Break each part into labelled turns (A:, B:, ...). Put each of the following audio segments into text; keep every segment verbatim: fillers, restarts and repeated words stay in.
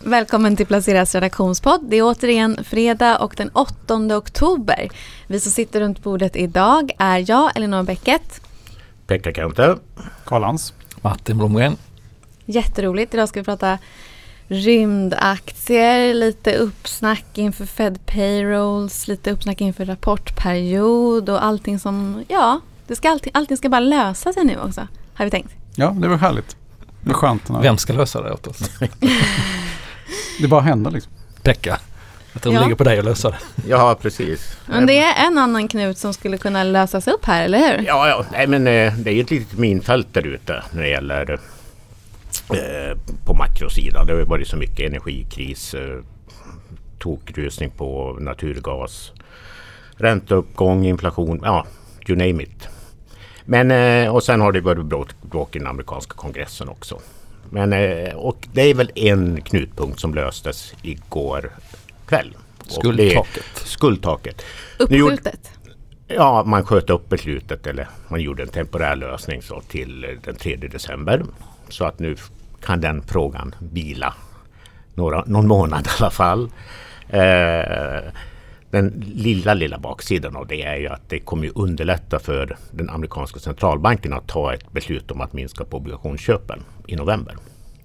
A: Välkommen till Placeras redaktionspodd. Det är återigen fredag och den åttonde oktober. Vi som sitter runt bordet idag är jag, Elinor Bäcket.
B: Pekka Kante.
C: Karl-Hans.
D: Martin Blomgren.
A: Jätteroligt. Idag ska vi prata rymdaktier, lite uppsnack inför Fed Payrolls, lite uppsnack inför rapportperiod och allting som, ja, det ska allting, allting ska bara lösa sig nu också, har vi tänkt.
C: Ja, det var härligt. Det var skönt.
D: Vem ska lösa det åt oss?
C: Det bara händer liksom.
D: Pekka. Jag tror
A: Ja.
D: det ligger på dig att lösa det.
B: Ja, precis.
A: Men det är en annan knut som skulle kunna lösas upp här, eller hur?
B: Ja, ja. Nej, men eh, det är ju ett litet minfält där ute när det gäller eh, på makrosidan. Det har ju varit så mycket energikris, eh, tokrusning på naturgas, ränteuppgång, inflation, ja, you name it. Men, eh, och sen har det varit bråk, bråk i den amerikanska kongressen också. Men, eh, och det är väl en knutpunkt som löstes igår kväll.
D: Skuldtaket.
B: Skuldtaket.
A: Uppskjutet.
B: Ja, man sköt upp beslutet, eller man gjorde en temporär lösning så till den tredje december. Så att nu kan den frågan vila några, någon månad i alla fall. Eh, den lilla, lilla baksidan av det är ju att det kommer ju underlätta för den amerikanska centralbanken att ta ett beslut om att minska på obligationsköpen i november.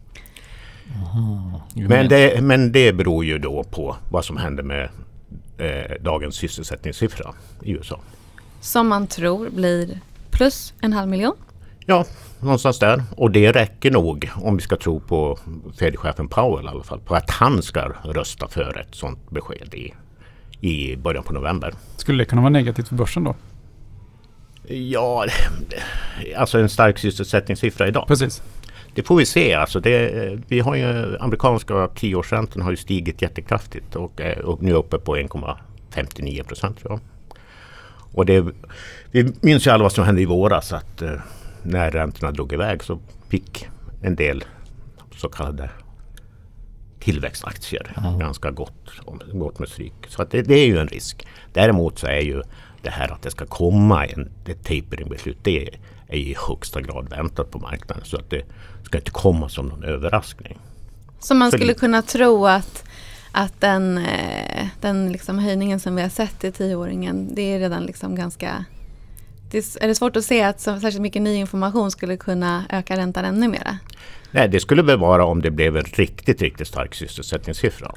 D: Aha,
B: men, det, men det beror ju då på vad som händer med eh, dagens sysselsättningssiffra i U S A.
A: Som man tror blir plus en halv miljon.
B: Ja, någonstans där. Och det räcker nog, om vi ska tro på Fed-chefen Powell i alla fall, på att han ska rösta för ett sånt besked i, i början på november.
C: Skulle det kunna vara negativt för börsen då?
B: Ja, alltså en stark sysselsättningssiffra idag.
C: Precis.
B: Det får vi se. Alltså det, vi har ju, amerikanska tioårsräntan har ju stigit jättekraftigt och är upp, nu uppe på en komma femtionio procent. Ja. Och det, vi minns ju alla vad som hände i våras, att eh, när räntorna drog iväg så fick en del så kallade tillväxtaktier mm. ganska gott, gott med stryk. Så att det, det är ju en risk. Däremot så är ju det här att det ska komma en, ett tapering-beslut, det är, är i högsta grad väntat på marknaden. Så att det ska inte komma som någon överraskning.
A: Så man skulle
B: För,
A: kunna tro att, att den, eh, den liksom höjningen som vi har sett i tioåringen, det är redan liksom ganska... Det är, är det svårt att se att så, särskilt mycket ny information skulle kunna öka räntan ännu mera?
B: Nej, det skulle väl vara om det blev en riktigt, riktigt stark sysselsättningssiffra.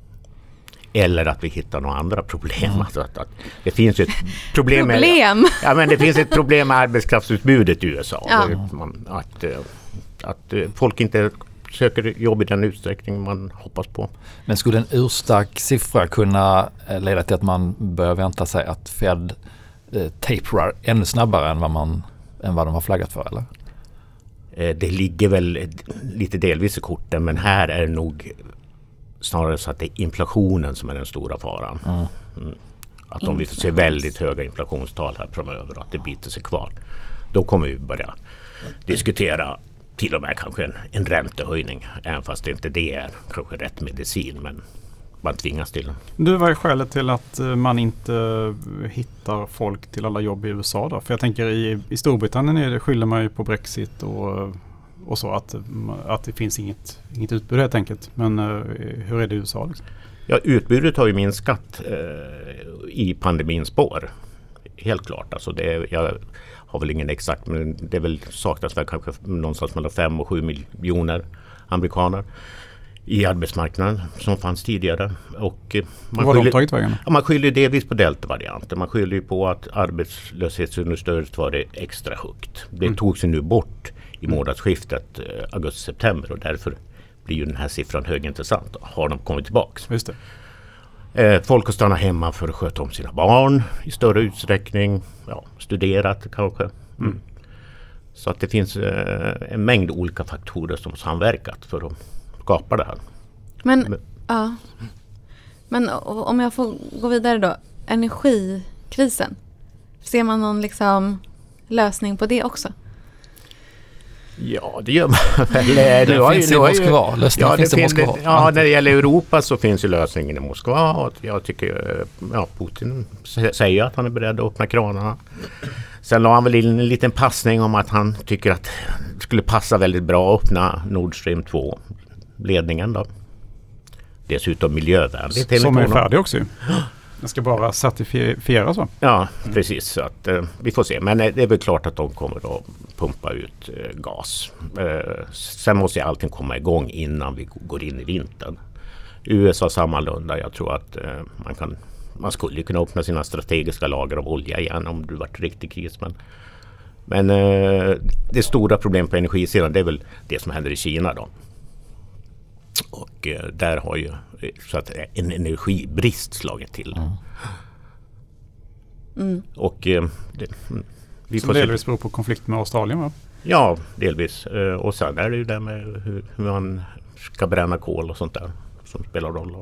B: Eller att vi hittar några andra problem. Mm. Alltså att, att det finns ett problem,
A: problem.
B: Med, ja, men det finns ett problem med arbetskraftsutbudet i U S A.
A: Ja.
B: Man, att, att folk inte söker jobb i den utsträckning man hoppas på.
D: Men skulle en urstark siffra kunna leda till att man börjar vänta sig att Fed eh, taperar ännu snabbare än vad, man, än vad de har flaggat för, eller?
B: Eh, det ligger väl lite delvis i korten, men här är det nog snarare så att det är inflationen som är den stora faran. Mm. Mm. Att om vi får se väldigt höga inflationstal här framöver och att det biter sig kvar, då kommer vi börja diskutera till och med kanske en, en räntehöjning, även fast det inte det är kanske rätt medicin, men man tvingas till den.
C: Du, vad är skälet till att man inte hittar folk till alla jobb i U S A då? För jag tänker i, i Storbritannien är det, skyller man ju på Brexit och, och så att, att det finns inget, inget utbud helt enkelt. Men hur är det i U S A liksom?
B: Ja, utbudet har ju minskat eh, i pandemins spår. Helt klart. Alltså det, jag har väl ingen exakt, men det är väl saknas väl kanske någonstans mellan fem och sju miljoner amerikaner i arbetsmarknaden som fanns tidigare. Och man
C: Vad har de
B: skyller,
C: tagit vägen?
B: ja, man skyller delvis på delta-varianten. Man skyller på att arbetslöshetsunderstödet var det extra högt. Det mm. togs ju nu bort i månadsskiftet eh, augusti-september och därför blir ju den här siffran högintressant. Har de kommit tillbaka?
C: Just det.
B: Eh, folk har stannat hemma för att sköta om sina barn i större utsträckning. Ja, studerat kanske. Mm. Mm. Så att det finns eh, en mängd olika faktorer som samverkat för att skapa det här.
A: Men, Men, ja. Men om jag får gå vidare då. Energikrisen. Ser man någon liksom lösning på det också?
B: Ja, det gör man väl.
D: Det finns i Moskva. Lösningen
B: ja,
D: finns
B: det
D: i Moskva.
B: Det, ja, när det gäller Europa så finns ju lösningen i Moskva. Och jag tycker, ja, Putin säger att han är beredd att öppna kranarna. Sen la han väl in en liten passning om att han tycker att det skulle passa väldigt bra att öppna Nord Stream två-ledningen då. dessutom miljövänligt.
C: Som är färdig också ju. Den ska bara certifieras så.
B: Ja, precis. Så att, eh, vi får se. Men eh, det är väl klart att de kommer att pumpa ut eh, gas. Eh, sen måste ju allting komma igång innan vi går in i vintern. U S A sammanlunda. Jag tror att eh, man, kan, man skulle kunna öppna sina strategiska lager av olja igen om det varit riktig kris. Men, men eh, det stora problemet på energisidan, det är väl det som händer i Kina då. Och eh, där har ju så att en energibrist slagit till.
A: Mm. Mm.
B: Och eh, det, vi
C: som delvis beror på konflikt med Australien, va?
B: Ja, delvis. Eh, och sen är det ju det med hur, hur man ska bränna kol och sånt där som spelar roll.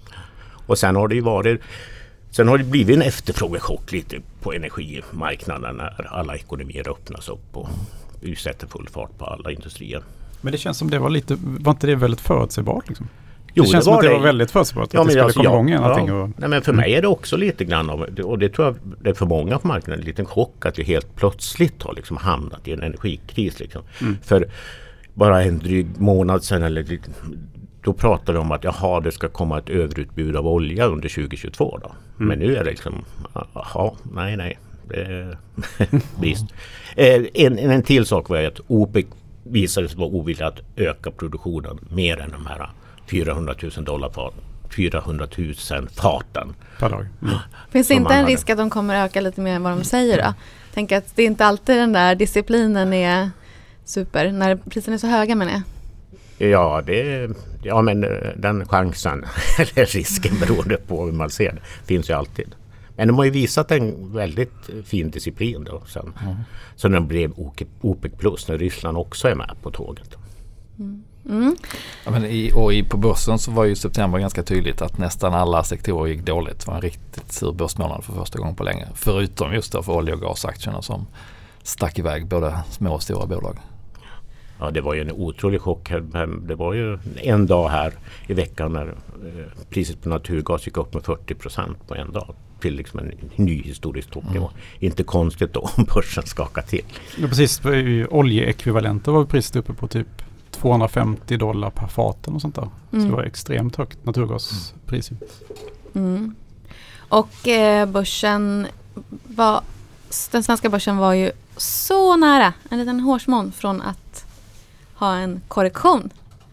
B: Och sen har det ju varit sen har det blivit en efterfrågechock lite på energimarknaden när alla ekonomier öppnas upp och vi sätter full fart på alla industrier.
C: Men det känns som det var lite, var inte det väldigt förutsägbart liksom?
B: Jo,
C: det känns
B: det
C: som att det
B: det.
C: var väldigt förutsägbart
B: ja,
C: att det skulle
B: alltså,
C: komma
B: ja,
C: igång igen.
B: Ja.
C: Och...
B: Nej, men för mig är det också lite grann av, och det tror jag det är för många på marknaden, en liten chock att vi helt plötsligt har liksom hamnat i en energikris. Liksom. Mm. För bara en dryg månad sedan eller, då pratade de om att jaha, det ska komma ett överutbud av olja under tjugo tjugotvå. Då. Mm. Men nu är det liksom, jaha, nej, nej. Det är brist. en, en, en till sak var att OPEC visade sig vara ovillig att öka produktionen mer än de här fyrahundratusen dollar fat, fyrahundratusen faten
C: per dag. Mm.
A: Finns det inte en risk att de kommer öka lite mer än vad de säger då? Tänk att det är inte alltid den där disciplinen är super när priserna är så höga, men är.
B: Ja, det, ja, men den chansen eller risken beroende på hur man ser det finns ju alltid. Men de har ju visat en väldigt fin disciplin då sen. Mm. Så när de blev OPEC plus, när Ryssland också är med på tåget.
A: Mm. Mm.
D: Ja, men i, och i, på börsen så var ju september ganska tydligt att nästan alla sektorer gick dåligt. Det var en riktigt sur börsmånad för första gången på länge. Förutom just då för olje- och gasaktierna som stack iväg både små och stora bolag.
B: Ja, det var ju en otrolig chock. Det var ju en dag här i veckan när priset på naturgas gick upp med fyrtio procent på en dag. Till liksom en ny historisk toppnivå. Mm. Inte konstigt då om börsen skakar till.
C: Ja, precis. Oljeekvivalenter var priset uppe på typ tvåhundrafemtio dollar per faten och sånt där. Mm. Så det var extremt högt naturgaspris.
A: Mm. Och eh, börsen var, den svenska börsen var ju så nära en liten hårsmån från att ha en korrektion.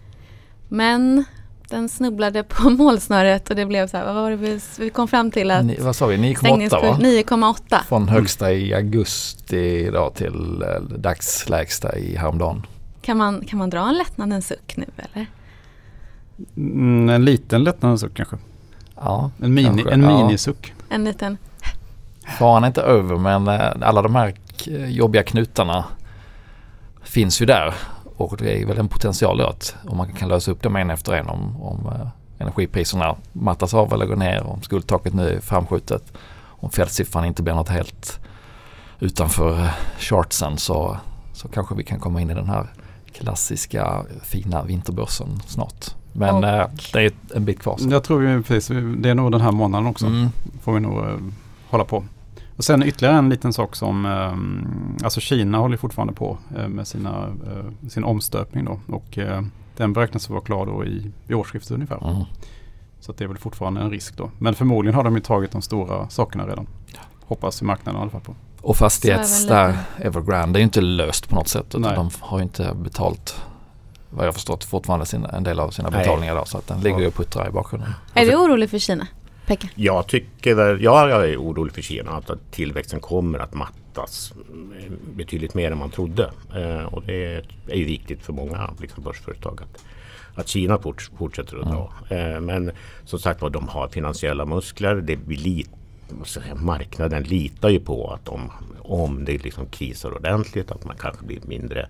A: Men den snubblade på målsnöret och det blev så här, vad var det vi, vi kom fram till att
D: Ni, vad sa vi, nio komma åtta va?
A: nio komma åtta.
D: Från högsta i augusti då till eh, dagslägsta i häromdagen.
A: Kan man, kan man dra en lättnadens suck nu eller?
C: Mm, en liten lättnadens suck kanske.
D: Ja,
C: en mini,
D: kanske.
C: En
D: ja.
C: minisuck.
A: En liten.
D: Faran är inte över, men eh, alla de här jobbiga knutarna finns ju där. Och det är väl en potential då att om man kan lösa upp dem en efter en om, om uh, energipriserna mattas av eller går ner, om skuldtaket nu är framskjutet, om Fed-siffran inte blir något helt utanför uh, chartsen så, så kanske vi kan komma in i den här klassiska fina vinterbörsen snart. Men uh, det är en bit kvar. Så.
C: Jag tror vi precis, det är nog den här månaden också. Mm. Får vi nog uh, hålla på. Och sen ytterligare en liten sak som, eh, alltså Kina håller fortfarande på eh, med sina, eh, sin omstöpning då. Och eh, den beräknas vara klar då i, i årsskiftet ungefär. Mm. Så att det är väl fortfarande en risk då. Men förmodligen har de ju tagit de stora sakerna redan. Hoppas i marknaden i alla fall på.
D: Och fastighets där Evergrande, det är ju inte löst på något sätt. Utan de har ju inte betalt, vad jag förstått, fortfarande sin, en del av sina betalningar då. Så att den ligger ju och puttrar i bakgrunden.
A: Är du orolig för Kina? Pekka.
B: Jag tycker väl, ja, jag är orolig för Kina att tillväxten kommer att mattas betydligt mer än man trodde. Eh, och det är ju viktigt för många liksom, börsföretag att, att Kina fort, fortsätter att dra. Mm. Eh, men som sagt var, de har finansiella muskler. Det blir lit, säga, marknaden litar ju på att om, om det liksom krisar ordentligt att man kanske blir mindre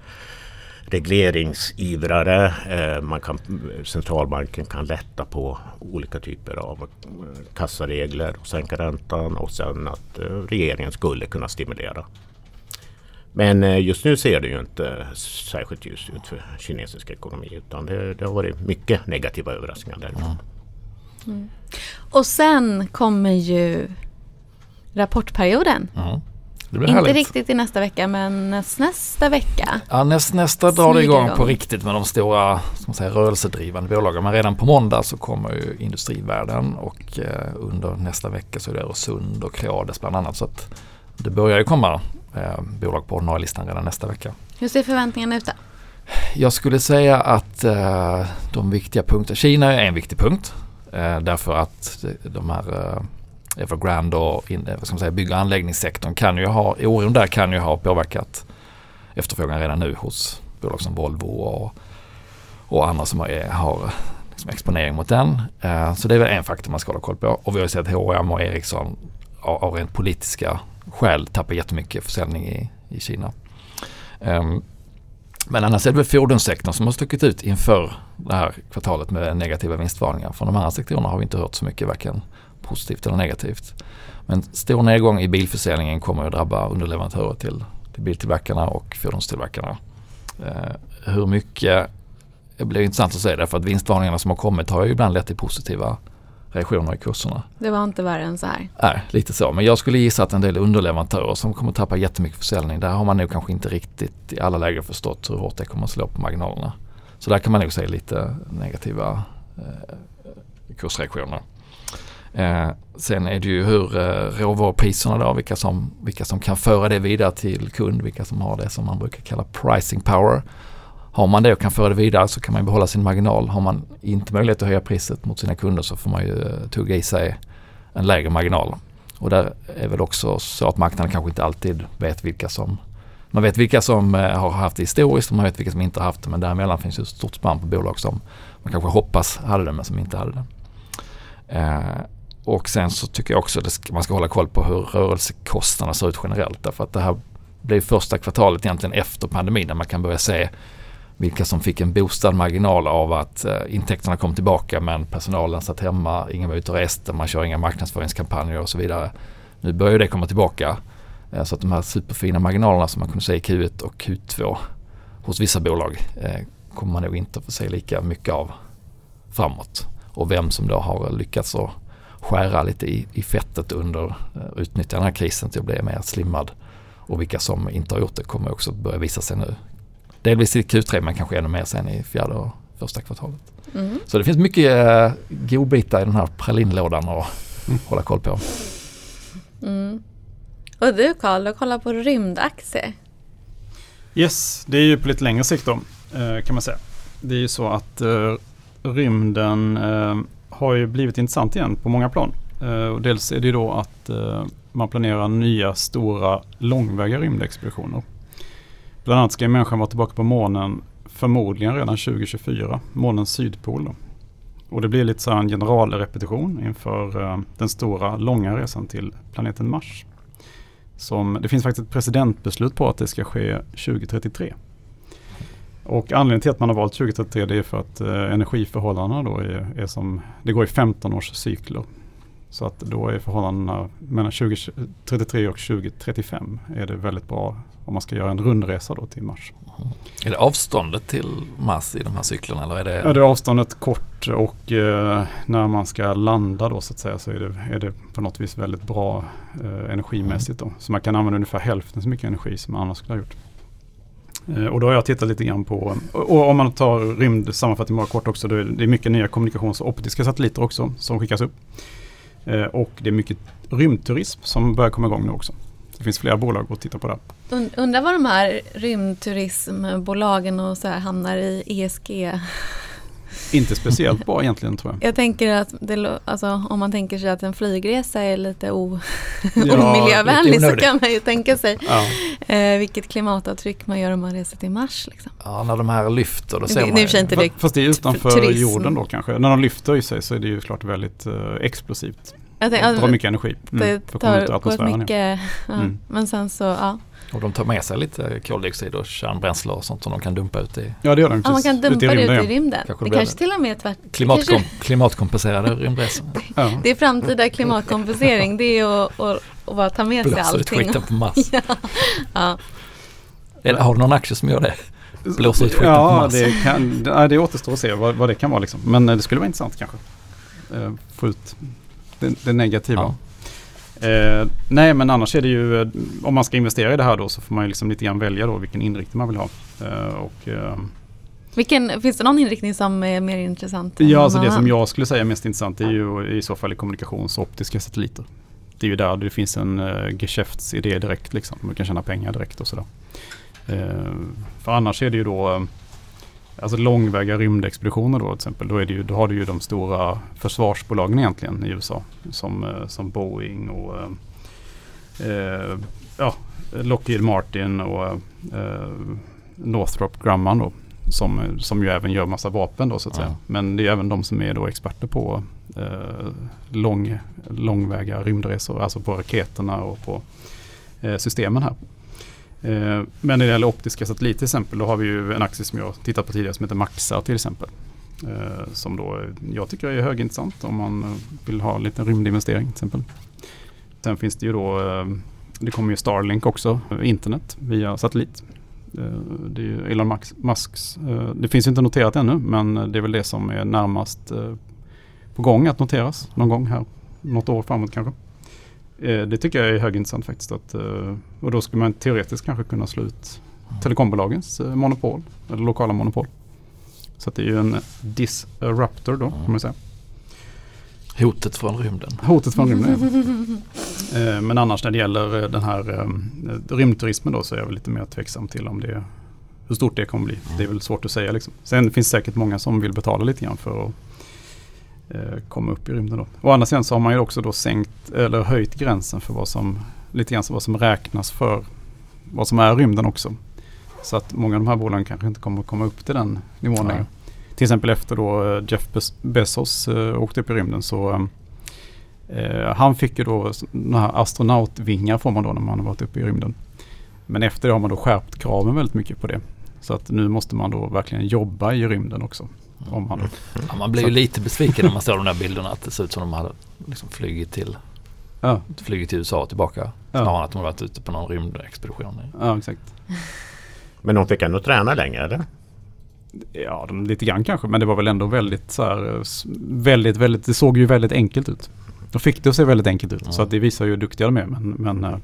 B: regleringsivrare. Eh, man kan, centralbanken kan lätta på olika typer av kassaregler och sänka räntan och sen att eh, regeringen skulle kunna stimulera. Men eh, just nu ser det ju inte särskilt ljust ut för kinesisk ekonomi utan det, det har varit mycket negativa överraskningar därifrån. Mm.
A: Mm. Och sen kommer ju rapportperioden.
D: Mm. Det blir
A: Inte
D: härligt.
A: riktigt i nästa vecka, men näst, nästa vecka.
D: Ja, näst, nästa drar det igång,
A: igång
D: på riktigt med de stora som man säger, rörelsedrivande bolagen. Men redan på måndag så kommer ju Industrivärden och eh, under nästa vecka så är det Öresund och Creades bland annat. Så att det börjar ju komma eh, bolag på ordinarie listan redan nästa vecka.
A: Hur ser förväntningarna ut då?
D: Jag skulle säga att eh, de viktiga punkter, Kina är en viktig punkt eh, därför att de här eh, Evergrande och in, vad ska man säga, bygg- och anläggningssektorn kan ju ha, oron där kan ju ha påverkat efterfrågan redan nu hos bolag som Volvo och, och andra som har, har liksom exponering mot den. Eh, så det är väl en faktor man ska hålla koll på. Och vi har ju sett H och M och Ericsson av, av rent politiska skäl tappar jättemycket försäljning i, i Kina. Um, Men annars är det väl fordonssektorn som har stuckit ut inför det här kvartalet med negativa vinstvarningar. Från de andra sektorerna har vi inte hört så mycket, varken positivt eller negativt. Men stor nedgång i bilförsäljningen kommer att drabba underleverantörer till, till biltillverkarna och fordonstillverkarna. Eh, hur mycket, det blir intressant att se det, för att vinstvarningarna som har kommit har ju ibland lett till positiva reaktioner i kurserna.
A: Det var inte värre än så här.
D: Nej, lite så. Men jag skulle gissa att en del underleverantörer som kommer att tappa jättemycket försäljning, där har man nog kanske inte riktigt i alla lägen förstått hur hårt det kommer att slå på marginalerna. Så där kan man nog se lite negativa eh, kursreaktioner. Eh, sen är det ju hur eh, råvarupriserna då, vilka som, vilka som kan föra det vidare till kund, vilka som har det som man brukar kalla pricing power. Har man det och kan föra det vidare så kan man behålla sin marginal. Har man inte möjlighet att höja priset mot sina kunder så får man ju tugga i sig en lägre marginal. Och där är väl också så att marknaden kanske inte alltid vet vilka som man vet vilka som har haft det historiskt och man vet vilka som inte har haft det, men däremellan finns ju ett stort spann på bolag som man kanske hoppas hade det men som inte hade det. Eh, och sen så tycker jag också att man ska hålla koll på hur rörelsekostnaderna ser ut generellt, därför att det här blir första kvartalet egentligen efter pandemin där man kan börja se vilka som fick en boostad marginal av att eh, intäkterna kom tillbaka men personalen satt hemma, ingen var ute och reste, man kör inga marknadsföringskampanjer och så vidare. Nu börjar det komma tillbaka eh, så att de här superfina marginalerna som man kunde se i Q ett och Q två hos vissa bolag eh, kommer man nog inte att få se lika mycket av framåt. Och vem som då har lyckats att skära lite i, i fettet under eh, utnyttja den här krisen till att bli mer slimmad och vilka som inte har gjort det kommer också börja visa sig nu. Delvis i Q tre men kanske ännu mer sen i fjärde och första kvartalet. Mm. Så det finns mycket eh, godbitar i den här pralinlådan att mm. hålla koll på.
A: Mm. Och du Carl, du kollar på rymdaktier.
C: Yes, det är ju på lite längre sikt då, eh, kan man säga. Det är ju så att eh, rymden eh, har ju blivit intressant igen på många plan. Eh, och dels är det ju då att eh, man planerar nya stora långväga rymdexpeditioner. Bland annat ska människan vara tillbaka på månen förmodligen redan tjugo tjugofyra, månens sydpol då. Och det blir lite så här en generalrepetition inför uh, den stora långa resan till planeten Mars. Som, det finns faktiskt ett presidentbeslut på att det ska ske tjugo trettiotre. Och anledningen till att man har valt tjugo trettiotre det är för att uh, energiförhållandena då är, är som, det går i femton års cykler. Så att då är förhållandena mellan tjugo trettiotre och tjugo trettiofem är det väldigt bra om man ska göra en rundresa då till Mars.
D: Mm. Är det avståndet till Mars i de här cyklerna? Eller är det...
C: Ja, det är avståndet kort och eh, när man ska landa då så att säga så är det, är det på något vis väldigt bra eh, energimässigt då. Så man kan använda ungefär hälften så mycket energi som man annars skulle ha gjort. Eh, och då har jag tittat lite grann på, och, och om man tar rymd sammanfattning bara kort också, då är det, det är mycket nya kommunikations- och optiska satelliter också som skickas upp. Eh, och det är mycket rymdturism som börjar komma igång nu också. Det finns flera bolag att titta på det.
A: Und- undrar vad de här rymdturismbolagen och så här hamnar i E S G.
C: Inte speciellt bra egentligen tror jag.
A: Jag tänker att det, alltså, om man tänker sig att en flygresa är lite o-
C: ja,
A: omiljövänlig så kan man ju tänka sig
C: ja.
A: eh, vilket klimatavtryck man gör om man reser till Mars. Liksom.
D: Ja, när de här lyfter då ser
A: det,
D: man
A: det inte
C: fast, fast det är utanför
A: turism.
C: jorden då kanske. När de lyfter i sig så är det ju klart väldigt uh, explosivt.
A: Jag tänk,
C: det
A: alltså,
C: drar mycket energi. Mm,
A: det tar går mycket, ja.
C: Mm.
A: Men sen så, ja.
D: Och de tar med sig lite koldioxid och kärnbränsle och sånt som de kan dumpa ut i.
C: Ja, det gör de.
A: Ja, man kan dumpa ut i rymden. Ut i rymden.
D: Kanske
A: det
D: det
A: kanske till och med är tvärt.
D: Klimatkom-
A: kanske...
D: klimatkompenserade rymdresor.
A: Ja. Det är framtida klimatkompensering. Det är att, att, att bara ta med sig
D: blåsa
A: allting.
D: Blåsa ut skiten på Mars.
A: ja. Ja.
D: Eller har du någon aktie som gör det? Blåsa ut skiten
C: ja,
D: på Mars.
C: Det, kan, det, det återstår att se vad, vad det kan vara liksom. Men det skulle vara intressant kanske. Uh, få ut det, det negativa. Eh, nej, men annars är det ju, om man ska investera i det här då så får man ju liksom lite grann välja då vilken inriktning man vill ha. Eh, och, eh,
A: Vilken, finns det någon inriktning som är mer intressant?
C: Ja, alltså det som jag skulle säga är mest intressant är ju i så fall i kommunikations- och optiska satelliter. Det är ju där det finns en uh, geschäftsidé direkt liksom. Man kan tjäna pengar direkt och sådär. Uh, för annars är det ju då uh, alltså långväga rymdexpeditioner då till exempel. Då, är det ju, då har du ju de stora försvarsbolagen egentligen i U S A som, uh, som Boeing och uh, uh, ja, Lockheed Martin och uh, Northrop Grumman då. Som, som ju även gör massa vapen då så att ja. säga. Men det är även de som är då experter på eh, lång, långväga rymdresor, alltså på raketerna och på eh, systemen här. Eh, men när det gäller optiska satelliter till exempel, då har vi ju en aktie som jag tittat på tidigare som heter Maxa till exempel. Eh, som då jag tycker är högintressant om man vill ha en liten rymdinvestering till exempel. Sen finns det ju då, eh, det kommer ju Starlink också, internet via satellit. Det är ju Elon Musks, det finns ju inte noterat ännu, men det är väl det som är närmast på gång att noteras någon gång här, något år framåt kanske. Det tycker jag är högintressant faktiskt. Att, och då skulle man teoretiskt kanske kunna slå ut telekombolagens monopol, eller lokala monopol. Så att det är ju en disruptor då, kan man säga.
D: Hotet från rymden.
C: Hotet från rymden, ja. Men annars när det gäller den här rymdturismen då så är jag väl lite mer tveksam till om det, hur stort det kommer bli. Det är väl svårt att säga liksom. Sen finns det säkert många som vill betala lite grann för att eh, komma upp i rymden då. Å andra sidan så har man ju också då sänkt eller höjt gränsen för vad som, lite grann vad som räknas för vad som är rymden också. Så att många av de här bolagen kanske inte kommer att komma upp till den nivån längre. Till exempel efter då Jeff Bezos uh, åkte upp i rymden så uh, han fick ju då såna här astronautvingar får man då när man har varit uppe i rymden. Men efter det har man då skärpt kraven väldigt mycket på det. Så att nu måste man då verkligen jobba i rymden också. Om man,
D: ja, man blir ju lite besviken när man ser de där bilderna att det ser ut som de hade liksom flugit till ja. flugit till U S A och tillbaka. Snarare ja. att de har varit ute på någon rymdexpedition.
C: Ja, exakt.
B: Men de fick ändå träna längre, eller?
C: Ja, de, lite grann kanske, men det var väl ändå väldigt så här, väldigt, väldigt, det såg ju väldigt enkelt ut. De fick det att se väldigt enkelt ut, ja. Så att det visar ju hur duktiga de är, men, men uh,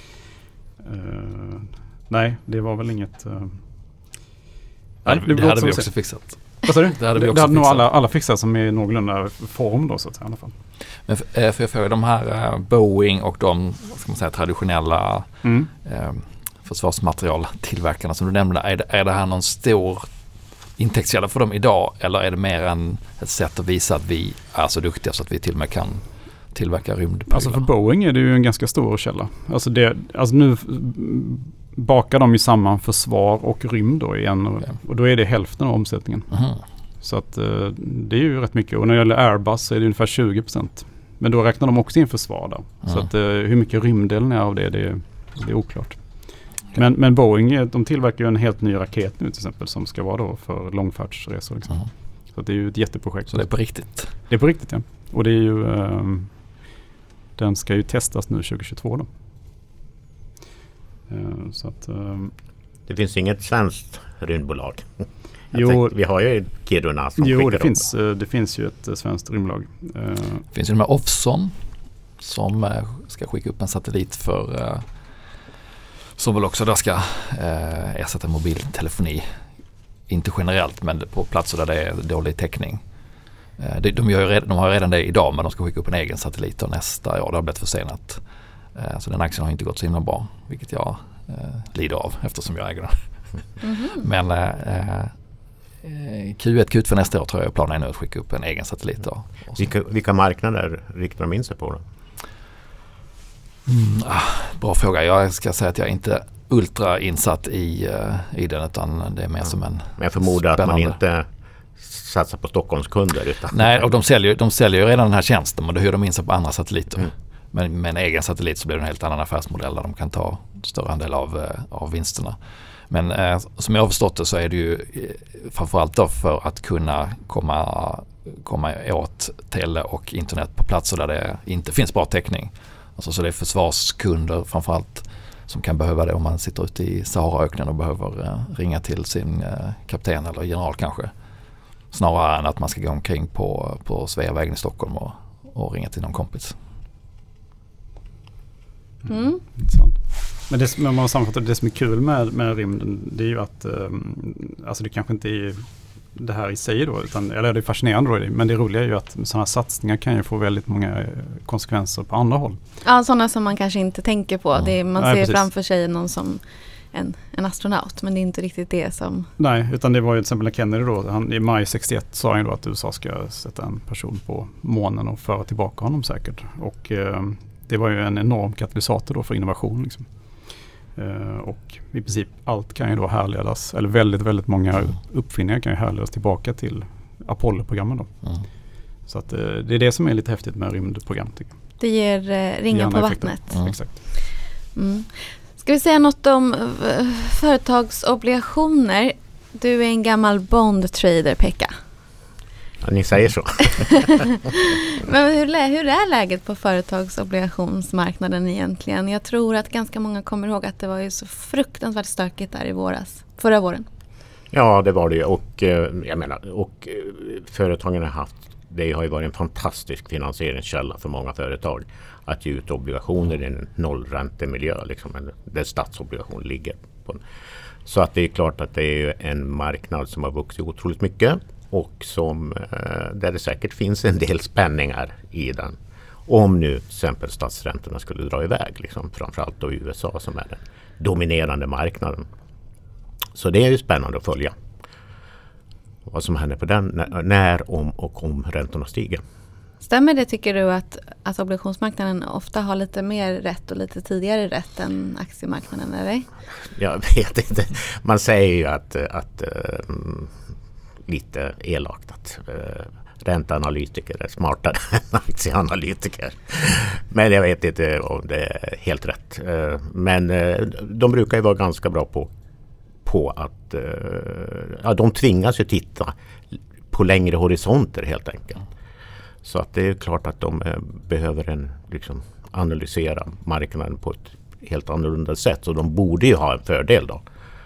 C: uh, nej, det var väl inget uh,
D: nej, det, det hade vi också se. fixat.
C: Vad sa du?
D: Det hade vi också
C: det hade
D: fixat.
C: nog alla, alla fixat som är i någorlunda form då så att säga, i alla fall.
D: Men för, för jag frågar de här uh, Boeing och de ska man säga, traditionella mm. uh, försvarsmaterialtillverkarna som du nämnde, är det, är det här någon stor intäktskälla för dem idag eller är det mer än ett sätt att visa att vi är så duktiga så att vi till och med kan tillverka rymdprylar?
C: Alltså för Boeing är det ju en ganska stor källa. Alltså, det, alltså nu bakar de ju samman försvar och rymd då igen och, okay. och då är det hälften av omsättningen. Uh-huh. Så att det är ju rätt mycket och när det gäller Airbus så är det ungefär tjugo procent. Men då räknar de också in försvar där. Uh-huh. Så att hur mycket rymddelen är av det, det, det är oklart. Men, men Boeing, de tillverkar ju en helt ny raket nu till exempel som ska vara då för långfärdsresor. Liksom. Uh-huh. Så det är ju ett jätteprojekt.
D: Så det är på riktigt?
C: Det är på riktigt, ja. Och det är ju, um, den ska ju testas nu tjugo tjugotvå då. Uh, så att, um,
B: det finns inget svenskt rymdbolag?
C: Jo,
B: tänkte, vi har ju Kiruna som
C: jo, det finns, uh, det finns ju ett uh, svenskt rymdbolag. Uh,
D: det finns ju de här Ovzon som uh, ska skicka upp en satellit för uh, som väl också då ska eh, ersätta mobiltelefoni. Inte generellt, men på platser där det är dålig täckning. Eh, de, de, gör ju redan, de har ju redan det idag, men de ska skicka upp en egen satellit nästa år. Det har blivit försenat. Eh, så den aktien har inte gått så himla bra, vilket jag eh, lider av eftersom jag äger den. Mm-hmm. Men eh, Q ett, Q två nästa år tror jag planen är nu att skicka upp en egen satellit. Då.
B: Vilka, vilka marknader riktar de in sig på då?
D: Mm, ah, bra fråga. Jag ska säga att jag inte är ultra insatt i, uh, i den utan det är mer ja. som en
B: Men jag förmodar spännande. Att man inte satsar på Stockholmskunder. Utan
D: nej, och de säljer, de säljer ju redan den här tjänsten men då hyr de in sig på andra satelliter. Mm. Men med en egen satellit så blir det en helt annan affärsmodell där de kan ta större andel av, uh, av vinsterna. Men uh, som jag har förstått det så är det ju uh, framförallt då för att kunna komma, komma åt tele och internet på platser där det inte finns bra täckning. Alltså så det är försvarskunder framförallt som kan behöva det om man sitter ute i Saharaöknen och behöver uh, ringa till sin uh, kapten eller general kanske. Snarare än att man ska gå omkring på, på Sveavägen i Stockholm och, och ringa till någon kompis.
A: Mm.
C: Intressant. Men det, om man sammanfattar det som är kul med, med rymden, det är ju att um, alltså det kanske inte är det här i sig då, utan, eller det är fascinerande då, men det roliga är ju att sådana satsningar kan ju få väldigt många konsekvenser på andra håll.
A: Ja, sådana som man kanske inte tänker på.
C: Ja.
A: Det är, man
C: Nej,
A: ser
C: precis.
A: framför sig någon som en, en astronaut, men det är inte riktigt det som...
C: Nej, utan det var ju till exempel när Kennedy då, han, i maj sextioett sa han då att U S A ska sätta en person på månen och föra tillbaka honom säkert. Och eh, det var ju en enorm katalysator då för innovation liksom. Uh, och i princip allt kan ju då härledas, eller väldigt, väldigt många uppfinningar kan ju härledas tillbaka till Apollo-programmen då. Mm. Så att, uh, det är det som är lite häftigt med rymdprogram tycker jag.
A: Det ger uh, ringar på vattnet.
C: Mm. Exakt.
A: Mm. Ska vi säga något om uh, företagsobligationer? Du är en gammal bond-trader, Pekka.
B: Ja, ni säger så.
A: Men hur, hur är läget på företagsobligationsmarknaden egentligen? Jag tror att ganska många kommer ihåg att det var ju så fruktansvärt stökigt där i våras, förra våren.
B: Ja, det var det ju. Och, jag menar, och företagen har haft, det har ju varit en fantastisk finansieringskälla för många företag att ge ut obligationer i en nollräntemiljö, liksom, där statsobligation ligger på. Så att det är klart att det är en marknad som har vuxit otroligt mycket. Och som, där det säkert finns en del spänningar i den. Om nu till exempel statsräntorna skulle dra iväg. Liksom, framförallt då i U S A som är den dominerande marknaden. Så det är ju spännande att följa. Vad som händer på den när, när om och om räntorna stiger.
A: Stämmer det, tycker du, att, att obligationsmarknaden ofta har lite mer rätt och lite tidigare rätt än aktiemarknaden, eller?
B: Jag vet inte. Man säger ju att... att um, lite elakt att uh, ränteanalytiker är smartare än aktieanalytiker. Men jag vet inte om det är helt rätt. Uh, men uh, de brukar ju vara ganska bra på, på att uh, ja, de tvingas ju titta på längre horisonter helt enkelt. Så att det är klart att de uh, behöver en, liksom, analysera marknaden på ett helt annorlunda sätt. Så de borde ju ha en fördel då.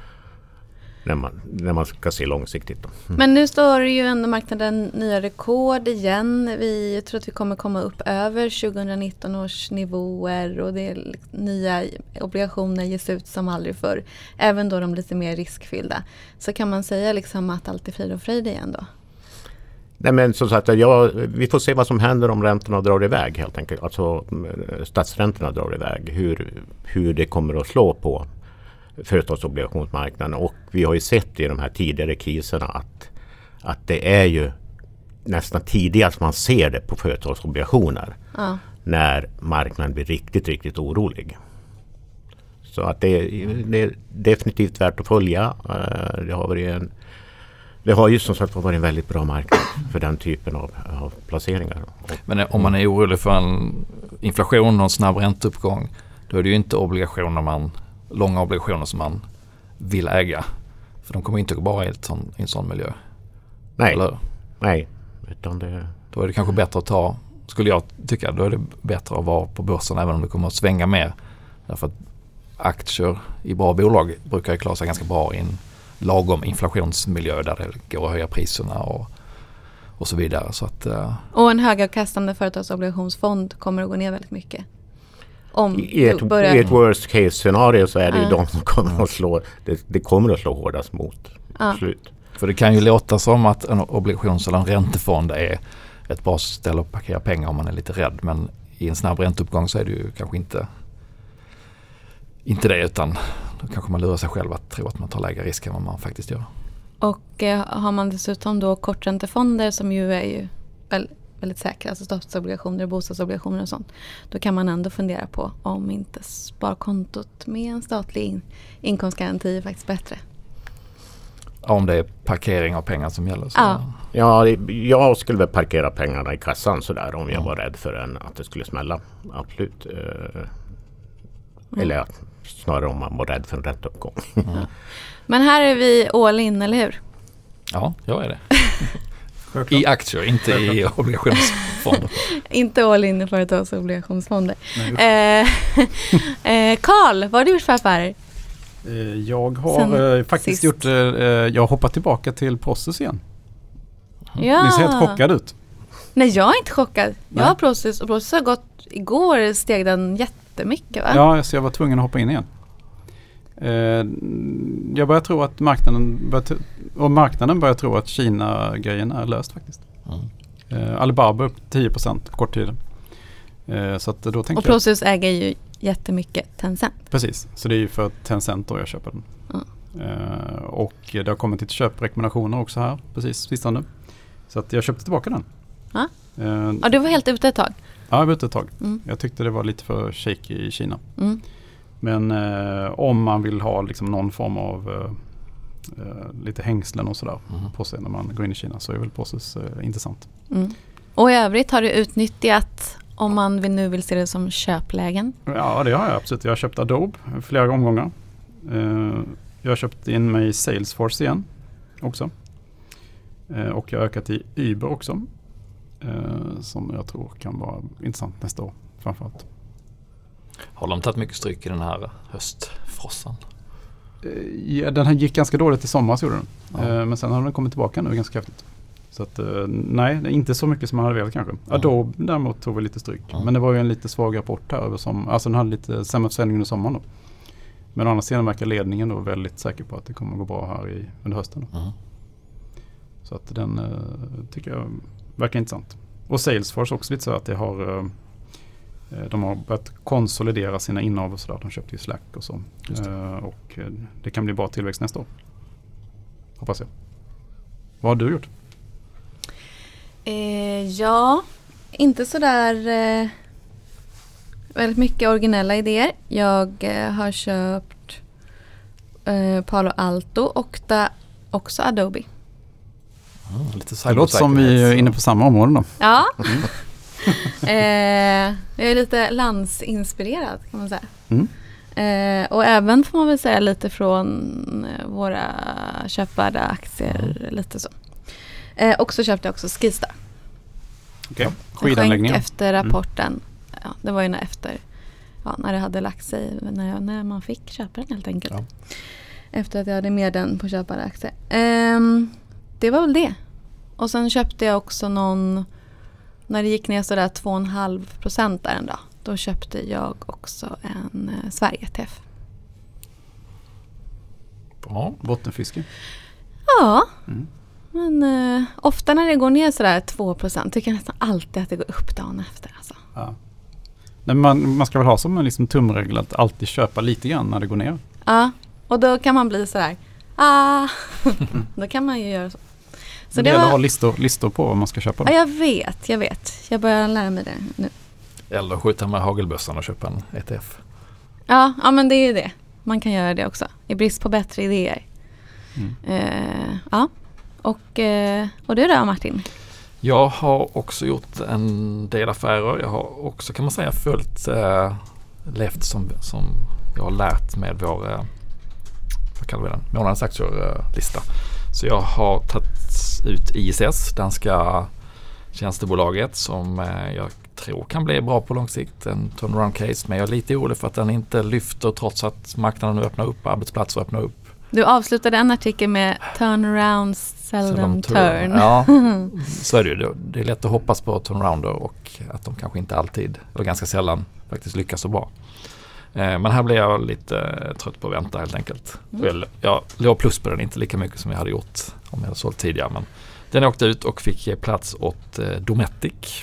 B: När man, när man ska se långsiktigt. Då. Mm.
A: Men nu står ju ändå marknaden nya rekord igen. Vi tror att vi kommer komma upp över tjugonitton års nivåer och det är nya obligationer ges ut som aldrig förr. Även då de lite mer riskfyllda. Så kan man säga liksom att allt är frid och fröjd igen då?
B: Nej, men som sagt, ja, vi får se vad som händer om räntorna drar iväg helt enkelt. Alltså statsräntorna drar iväg. Hur, hur det kommer att slå på företagsobligationsmarknaden, och vi har ju sett i de här tidigare kriserna att, att det är ju nästan tidigast man ser det på företagsobligationer ja. När marknaden blir riktigt, riktigt orolig. Så att det, det är definitivt värt att följa. Det har varit en, det har ju som sagt varit en väldigt bra marknad för den typen av, av placeringar.
D: Men om man är orolig för en inflation och en snabb ränteuppgång, då är det ju inte obligationer man långa obligationer som man vill äga. För de kommer inte att gå bara i, ett sån, i en sån miljö.
B: Nej.
D: Eller?
B: Nej. Utan det...
D: Då är det kanske bättre att ta, skulle jag tycka, då är det bättre att vara på börsen även om det kommer att svänga mer. Därför att aktier i bra bolag brukar ju klara sig ganska bra i en lagom inflationsmiljö där det går att höja priserna och, och så vidare. Så att, uh...
A: Och en högavkastande företagsobligationsfond kommer att gå ner väldigt mycket. Om
B: I, ett,
A: börjar...
B: I ett worst case scenario så är det
A: ja.
B: ju de som kommer att slå, det, det kommer att slå hårdast mot
A: ja.
B: slut.
D: För det kan ju låta som att en obligations- eller en räntefond är ett bra ställe att parkera pengar om man är lite rädd. Men i en snabb ränteuppgång så är det ju kanske inte, inte det, utan då kanske man lurar sig själv att tro att man tar lägre risk än vad man faktiskt gör.
A: Och eh, har man dessutom då korträntefonder som ju är ju väl, väldigt säkra, alltså statsobligationer, bostadsobligationer och sånt, då kan man ändå fundera på om inte sparkontot med en statlig in- inkomstgaranti är faktiskt bättre.
D: Om det är parkering av pengar som gäller. Så.
A: Ja.
B: Ja, jag skulle väl parkera pengarna i kassan sådär om jag var rädd för en, att det skulle smälla. Absolut. Mm. Eller snarare om man var rädd för en ränteuppgång.
A: Mm. Men här är vi all in, eller hur?
D: Ja, jag är det. I aktier, inte i obligationsfonder.
A: Inte all in i företagsobligationsfonder. Karl, vad har du gjort för affärer?
C: Jag har eh, faktiskt
A: sist.
C: gjort, eh, jag har hoppat tillbaka till Prosus igen.
A: Ja.
C: Ni ser helt chockad ut.
A: Nej, jag är inte chockad.
C: Nej.
A: Jag har Prosus och Prosus har gått, igår steg den jätte, jättemycket va?
C: Ja, så jag var tvungen att hoppa in igen. Eh, jag börjar tro att marknaden börjar t- och marknaden börjar tro att Kina-grejen är löst faktiskt.
D: Mm.
C: Eh, Alibaba upp tio procent på kort tid. Eh, så att då tänker
A: och Prosus jag, äger ju jättemycket Tencent.
C: Precis, så det är ju för Tencent då jag köper den.
A: Mm.
C: Eh, och det har kommit lite köprekommendationer också här precis sista nu. Så att jag köpte tillbaka den.
A: Ja,
C: Eh,
A: ja du var helt ute ett tag.
C: Ja, jag var ute ett tag.
A: Mm.
C: Jag tyckte det var lite för shaky i Kina.
A: Mm.
C: Men eh, om man vill ha liksom någon form av eh, eh, lite hängslen och sådär
D: Mm.
C: på sig när man går in i Kina så är väl Prosus eh, intressant.
A: Mm. Och i övrigt har du utnyttjat om man vill, nu vill se det som köplägen?
C: Ja, det har jag absolut. Jag har köpt Adobe flera omgångar. Eh, jag har köpt in mig i Salesforce igen också. Eh, och jag har ökat i Uber också. Eh, som jag tror kan vara intressant nästa år framförallt.
D: Har de tagit mycket stryk i den här höstfrossan?
C: Ja, den här gick ganska dåligt i sommar så gjorde den.
D: Ja.
C: Eh, men sen har den kommit tillbaka nu ganska kraftigt. Så att, eh, nej, det är inte så mycket som man hade velat kanske.
D: Ja.
C: Adobe däremot tog väl lite stryk.
D: Ja.
C: Men det var ju en lite svag rapport här över som, alltså den hade lite sämre försäljning under sommaren då. Men å andra sidan verkar ledningen då väldigt säker på att det kommer att gå bra här i, under hösten. Då.
D: Mm.
C: Så att den eh, tycker jag verkar intressant. Och Salesforce också lite så att det har eh, de har börjat konsolidera sina innehav och sådär. De köpte ju Slack och så.
D: Just det.
C: Uh, och uh, det kan bli bra tillväxt nästa år. Hoppas jag. Vad har du gjort?
A: Eh, ja, inte sådär eh, väldigt mycket originella idéer. Jag eh, har köpt eh, Palo Alto, Okta, också Adobe.
D: Mm, lite
C: Det låter som vi är inne på samma område då.
A: Ja. eh, jag är lite landsinspirerad kan man säga.
C: Mm.
A: Eh, och även får man väl säga lite från eh, våra köpvärda aktier. Mm. Lite så. Eh, och så köpte jag också Skistar.
C: Okej,
A: Okay.
C: skidanläggningen.
A: Efter rapporten. Mm. Ja, det var ju när efter ja, när det hade lagt sig. När, jag, när man fick köpa den helt enkelt. Ja. Efter att jag hade med den på köpvärda aktier. Eh, det var väl det. Och sen köpte jag också någon. När det gick ner sådär två komma fem procent där en dag. Då köpte jag också en eh, Sverige-E T F.
C: Bra, bottenfiske.
A: Ja,
C: Mm.
A: men eh, ofta när det går ner sådär två procent tycker jag nästan alltid att det går upp dagen efter. Alltså.
C: Ja. Nej, man, man ska väl ha som en liksom tumregel att alltid köpa lite grann när det går ner.
A: Ja, och då kan man bli sådär. Ah, då kan man ju göra så.
C: Så det, det gäller var... att ha listor, listor på vad man ska köpa. Då.
A: Ja, jag vet, jag vet. Jag börjar lära mig det nu.
D: Eller skjuta med hagelbössan och köpa en E T F.
A: Ja, ja, men det är ju det. Man kan göra det också. I brist på bättre idéer. Mm. Uh, ja, och, uh, och du då Martin?
D: Jag har också gjort en del affärer. Jag har också kan man säga följt uh, levt som, som jag har lärt med vår uh, vad kallar vi den? Månadens aktier-lista. Så jag har tagit ut I S S, danska tjänstebolaget som uh, jag tror kan bli bra på lång sikt. En turnaround case, men jag är lite orolig för att den inte lyfter trots att marknaden nu öppnar upp, arbetsplatser öppnar upp.
A: Du avslutade en artikel med turnaround seldom turn.
D: Ja, så är det ju. Det är lätt att hoppas på turnarounder och att de kanske inte alltid, eller ganska sällan, faktiskt lyckas så bra. Men här blir jag lite trött på att vänta helt enkelt. Mm. Jag låg plus på den, inte lika mycket som jag hade gjort om jag hade sålt tidigare. Men den åkte ut och fick ge plats åt Dometic.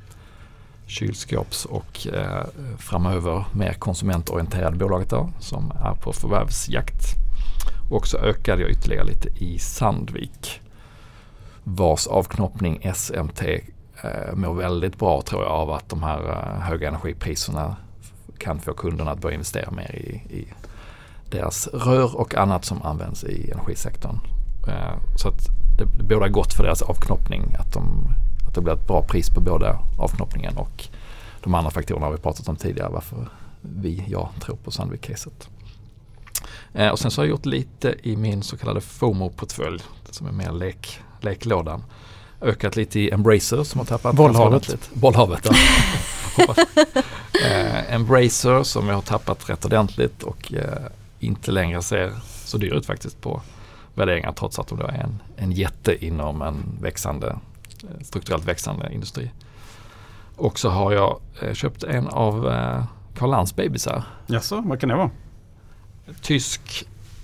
D: Kylskåps och eh, framöver mer konsumentorienterade bolaget då, som är på förvärvsjakt. Och så ökade jag ytterligare lite i Sandvik, vars avknoppning S M T eh, mår väldigt bra tror jag av att de här eh, höga energipriserna kan få kunderna att börja investera mer i, i deras rör och annat som används i energisektorn. Eh, så att det, det båda gott för deras avknoppning att de att det blir ett bra pris på både avknoppningen och de andra faktorerna har vi pratat om tidigare varför vi, jag tror på Sandvik-caset. Eh, och sen så har jag gjort lite i min så kallade FOMO-portfölj som är mer lek, leklådan. Ökat lite i Embracer som har tappat
C: Bollhavet.
D: Lite. Bollhavet, ja. eh, Embracer som jag har tappat rätt ordentligt och eh, inte längre ser så dyr ut faktiskt på värderingar trots att de då är en, en jätte inom en växande strukturellt växande industri. Och så har jag eh, köpt en av eh, Karl Lands bebisar.
C: Jaså, vad kan det vara?
D: Tysk...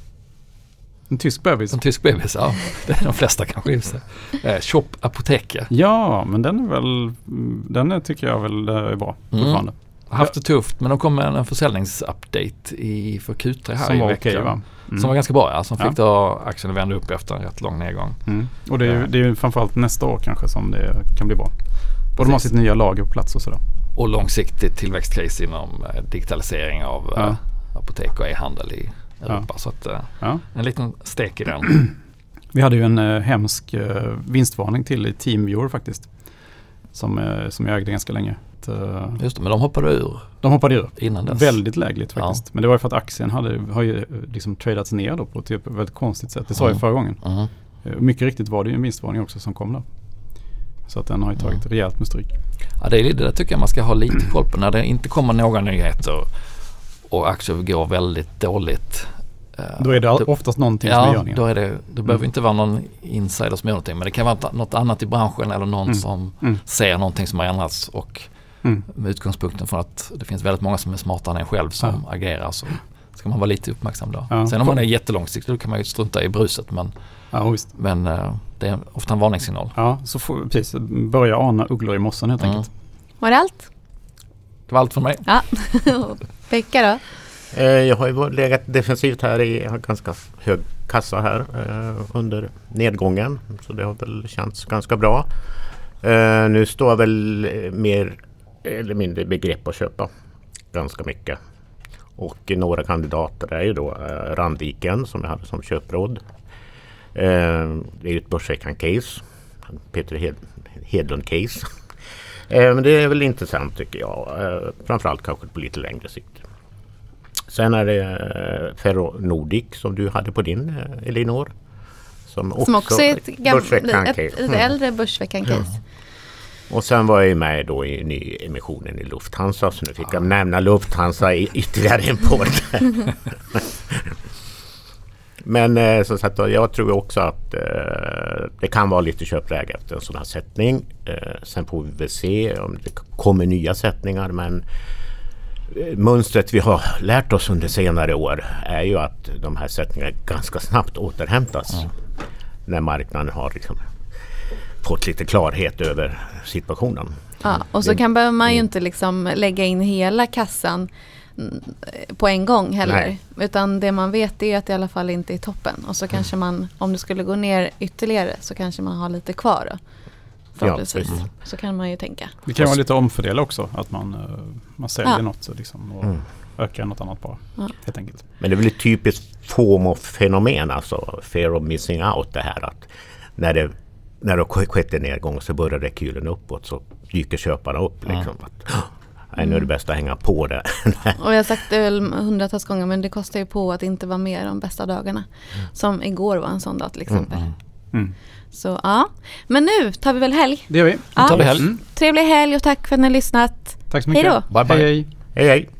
C: En tysk bebis?
D: En tysk bebis, ja. Det är de flesta kanske. Eh, Shop Apoteke.
C: Ja, men den är väl... Den är, tycker jag väl är bra fortfarande.
D: Mm. Har haft det tufft, men de kom med en försäljningsupdate i, för Q tre här
C: som
D: i
C: var
D: veckan.
C: Okej, va? Mm.
D: Som var ganska bra, ja. Som fick
C: ja.
D: då aktien att vända upp efter en rätt lång nedgång.
C: Mm. Och det är, ju, det är ju framförallt nästa år kanske som det kan bli bra. Och Precis. De har sitt nya lager på plats och sådär.
D: Och långsiktigt tillväxtkris inom eh, digitalisering av ja. eh, apotek och e-handel i Europa. Ja. Så att, eh, ja. en liten stek i den.
C: Vi hade ju en eh, hemsk eh, vinstvarning till i TeamViewer faktiskt. Som, eh, som jag ägde ganska länge. Att, eh,
D: Just det, men de hoppade ur.
C: De hoppade ur.
D: Innan dess.
C: Väldigt lägligt faktiskt.
D: Ja.
C: Men det var ju för att aktien hade, har ju liksom tradats ner då på ett typ väldigt konstigt sätt. Det sa
D: mm.
C: jag förra gången.
D: Mm.
C: Eh, mycket riktigt var det ju en vinstvarning också som kom där. Så att den har ju tagit mm. rejält med stryk.
D: Ja, det är det där tycker jag man ska ha lite koll på. När det inte kommer några nyheter och aktier går väldigt dåligt.
C: Då är det då, oftast någonting
D: ja,
C: som är görningar.
D: Då är det, det behöver mm. inte vara någon insider som gör någonting. Men det kan vara något annat i branschen eller någon mm. som mm. ser någonting som har ändrats. Och mm. med utgångspunkten från att det finns väldigt många som är smartare än en själv som ja. agerar. Så ska man vara lite uppmärksam då. Ja. Sen om man är jättelångsiktig då kan man ju strunta i bruset. Men,
C: ja, visst.
D: men uh, det är ofta en varningssignal.
C: Ja, så får vi precis börja ana ugglor i mossen helt mm. enkelt.
A: Var det allt?
D: Det var allt för mig.
A: Ja, Pekka då?
B: Jag har ju legat defensivt här i ganska hög kassa här eh, under nedgången. Så det har väl känts ganska bra. Eh, nu står jag väl mer eller mindre begrepp att köpa ganska mycket. Och några kandidater är ju då eh, Randviken som jag hade som köpråd. Eh, det är ju ett Börsveckan-case. Peter Hed- Hedlund-case. eh, men det är väl intressant tycker jag. Eh, framförallt kanske på lite längre sikt. Sen är det Ferronordic som du hade på din, Elinor. Som också,
A: som också är ett, gam- ett, ett
B: mm.
A: äldre Börsveckan-case.
B: Ja. Och sen var jag med då i nyemissionen i Lufthansa. Så nu fick jag nämna Lufthansa i ytterligare en podd. Men eh, så sagt, jag tror också att eh, det kan vara lite köpläge efter en sån här sättning. Eh, sen får vi väl se om det kommer nya sättningar. Men mönstret vi har lärt oss under senare år är ju att de här sättningarna ganska snabbt återhämtas mm. när marknaden har liksom fått lite klarhet över situationen.
A: Ja, och så kan behöver man ju inte liksom lägga in hela kassan på en gång heller. Nej. Utan det man vet är att det i alla fall inte är toppen. Och så kanske man, om det skulle gå ner ytterligare så kanske man har lite kvar då. Förhoppningsvis. Ja, så kan man ju tänka.
C: Det kan vara lite omfördela också. Att man, man säljer ja. något liksom, och mm. ökar något annat bara. Ja. Helt enkelt.
B: Men det är väl ett typiskt FOMO-fenomen. Alltså fear of missing out. Det här att när det, när det skett en nedgång så börjar rekylen uppåt så dyker köparna upp. Liksom, mm. att, nej, nu är det bäst att hänga på det.
A: Och jag har sagt det väl hundratals gånger, men det kostar ju på att inte vara med de bästa dagarna. Mm. Som igår var en sån dag till exempel. Mm.
C: Mm.
A: Så ja, men nu tar vi väl helg.
C: Det gör vi.
A: Ja.
D: Tar vi helg.
A: Mm. Trevlig helg och tack för att ni har lyssnat.
C: Tack så mycket.
A: Hej då.
D: Bye bye.
C: Hej, hej.
B: Hej, hej.